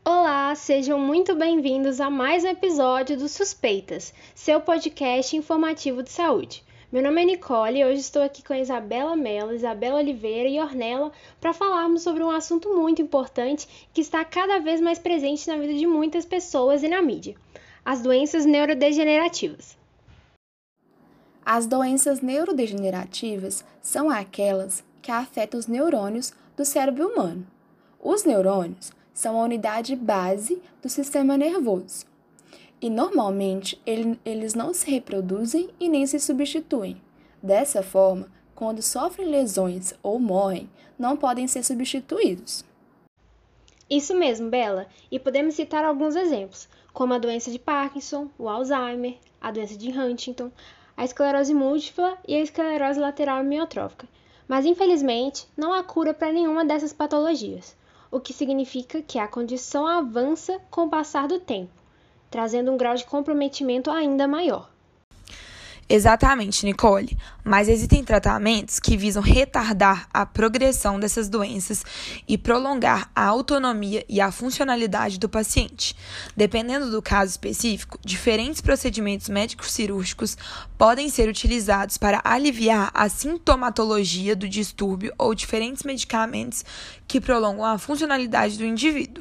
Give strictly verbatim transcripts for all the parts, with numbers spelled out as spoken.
Olá, sejam muito bem-vindos a mais um episódio do Suspeitas, seu podcast informativo de saúde. Meu nome é Nicole e hoje estou aqui com a Isabela Mello, Isabela Oliveira e Ornella para falarmos sobre um assunto muito importante que está cada vez mais presente na vida de muitas pessoas e na mídia: as doenças neurodegenerativas. As doenças neurodegenerativas são aquelas que afetam os neurônios do cérebro humano. Os neurônios são a unidade base do sistema nervoso e, normalmente, ele, eles não se reproduzem e nem se substituem. Dessa forma, quando sofrem lesões ou morrem, não podem ser substituídos. Isso mesmo, Bela, e podemos citar alguns exemplos, como a doença de Parkinson, o Alzheimer, a doença de Huntington, a esclerose múltipla e a esclerose lateral amiotrófica. Mas, infelizmente, não há cura para nenhuma dessas patologias, o que significa que a condição avança com o passar do tempo, trazendo um grau de comprometimento ainda maior. Exatamente, Nicole, mas existem tratamentos que visam retardar a progressão dessas doenças e prolongar a autonomia e a funcionalidade do paciente. Dependendo do caso específico, diferentes procedimentos médicos cirúrgicos podem ser utilizados para aliviar a sintomatologia do distúrbio ou diferentes medicamentos que prolongam a funcionalidade do indivíduo.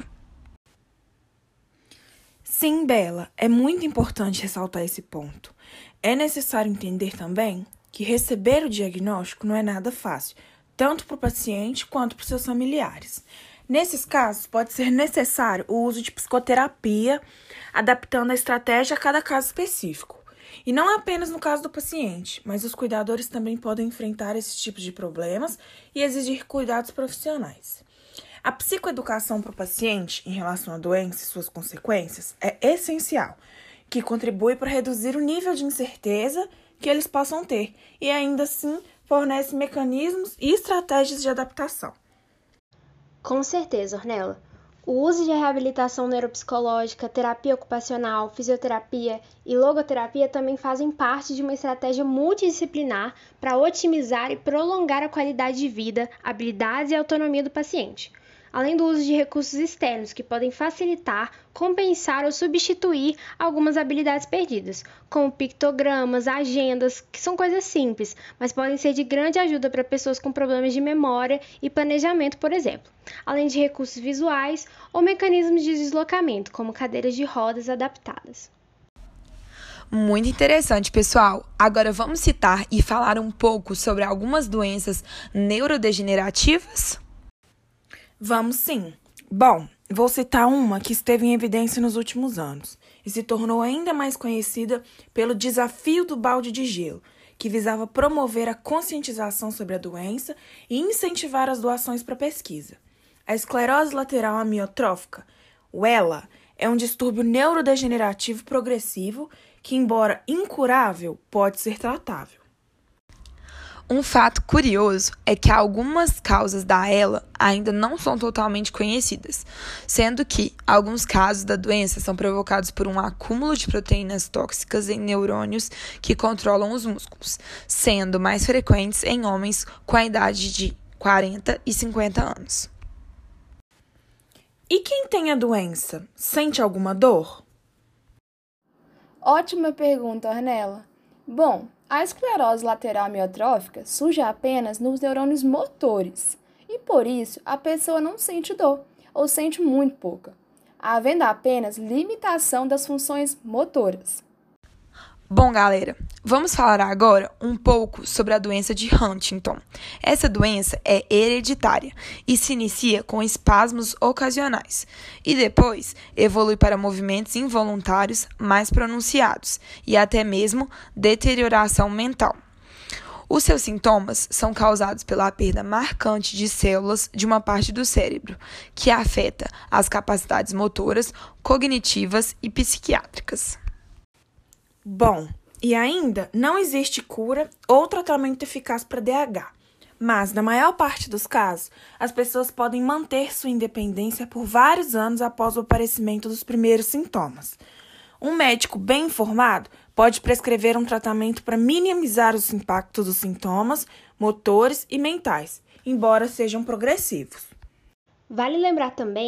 Sim, Bela, é muito importante ressaltar esse ponto. É necessário entender também que receber o diagnóstico não é nada fácil, tanto para o paciente quanto para os seus familiares. Nesses casos, pode ser necessário o uso de psicoterapia, adaptando a estratégia a cada caso específico. E não apenas no caso do paciente, mas os cuidadores também podem enfrentar esses tipos de problemas e exigir cuidados profissionais. A psicoeducação para o paciente em relação à doença e suas consequências é essencial, que contribui para reduzir o nível de incerteza que eles possam ter e ainda assim fornece mecanismos e estratégias de adaptação. Com certeza, Ornella. O uso de reabilitação neuropsicológica, terapia ocupacional, fisioterapia e logoterapia também fazem parte de uma estratégia multidisciplinar para otimizar e prolongar a qualidade de vida, habilidades e autonomia do paciente, além do uso de recursos externos que podem facilitar, compensar ou substituir algumas habilidades perdidas, como pictogramas, agendas, que são coisas simples, mas podem ser de grande ajuda para pessoas com problemas de memória e planejamento, por exemplo, além de recursos visuais ou mecanismos de deslocamento, como cadeiras de rodas adaptadas. Muito interessante, pessoal. Agora vamos citar e falar um pouco sobre algumas doenças neurodegenerativas? Vamos sim. Bom, vou citar uma que esteve em evidência nos últimos anos e se tornou ainda mais conhecida pelo Desafio do Balde de Gelo, que visava promover a conscientização sobre a doença e incentivar as doações para pesquisa. A esclerose lateral amiotrófica, o E L A, é um distúrbio neurodegenerativo progressivo que, embora incurável, pode ser tratável. Um fato curioso é que algumas causas da E L A ainda não são totalmente conhecidas, sendo que alguns casos da doença são provocados por um acúmulo de proteínas tóxicas em neurônios que controlam os músculos, sendo mais frequentes em homens com a idade de quarenta e cinquenta anos. E quem tem a doença, sente alguma dor? Ótima pergunta, Ornella. Bom, a esclerose lateral amiotrófica surge apenas nos neurônios motores e, por isso, a pessoa não sente dor ou sente muito pouca, havendo apenas limitação das funções motoras. Bom, galera, vamos falar agora um pouco sobre a doença de Huntington. Essa doença é hereditária e se inicia com espasmos ocasionais e depois evolui para movimentos involuntários mais pronunciados e até mesmo deterioração mental. Os seus sintomas são causados pela perda marcante de células de uma parte do cérebro, que afeta as capacidades motoras, cognitivas e psiquiátricas. Bom, e ainda não existe cura ou tratamento eficaz para D H, mas, na maior parte dos casos, as pessoas podem manter sua independência por vários anos após o aparecimento dos primeiros sintomas. Um médico bem informado pode prescrever um tratamento para minimizar os impactos dos sintomas motores e mentais, embora sejam progressivos. Vale lembrar também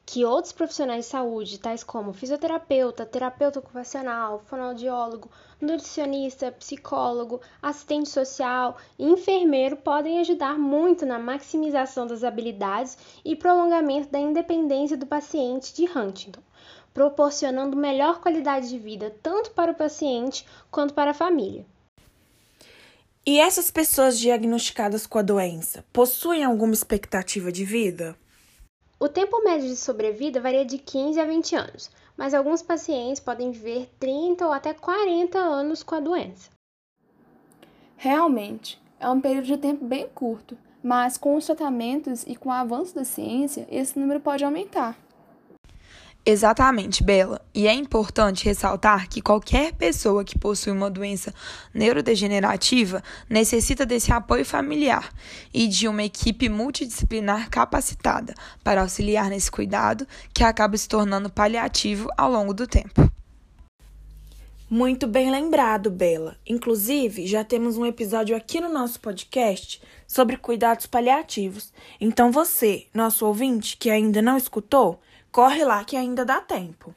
que outros profissionais de saúde, tais como fisioterapeuta, terapeuta ocupacional, fonoaudiólogo, nutricionista, psicólogo, assistente social e enfermeiro, podem ajudar muito na maximização das habilidades e prolongamento da independência do paciente de Huntington, proporcionando melhor qualidade de vida tanto para o paciente quanto para a família. E essas pessoas diagnosticadas com a doença possuem alguma expectativa de vida? O tempo médio de sobrevida varia de quinze a vinte anos, mas alguns pacientes podem viver trinta ou até quarenta anos com a doença. Realmente, é um período de tempo bem curto, mas com os tratamentos e com o avanço da ciência, esse número pode aumentar. Exatamente, Bela. E é importante ressaltar que qualquer pessoa que possui uma doença neurodegenerativa necessita desse apoio familiar e de uma equipe multidisciplinar capacitada para auxiliar nesse cuidado, que acaba se tornando paliativo ao longo do tempo. Muito bem lembrado, Bela. Inclusive, já temos um episódio aqui no nosso podcast sobre cuidados paliativos. Então você, nosso ouvinte, que ainda não escutou, corre lá que ainda dá tempo.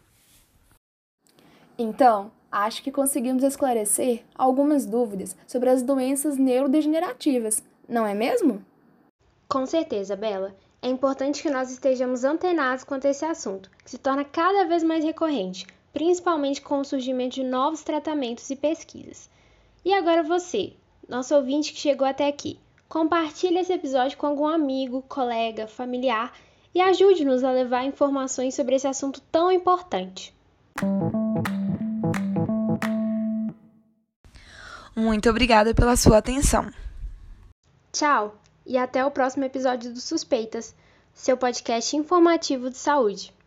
Então, acho que conseguimos esclarecer algumas dúvidas sobre as doenças neurodegenerativas, não é mesmo? Com certeza, Bela. É importante que nós estejamos antenados quanto a esse assunto, que se torna cada vez mais recorrente, principalmente com o surgimento de novos tratamentos e pesquisas. E agora você, nosso ouvinte que chegou até aqui, compartilhe esse episódio com algum amigo, colega, familiar e ajude-nos a levar informações sobre esse assunto tão importante. Muito obrigada pela sua atenção. Tchau e até o próximo episódio do Suspeitas, seu podcast informativo de saúde.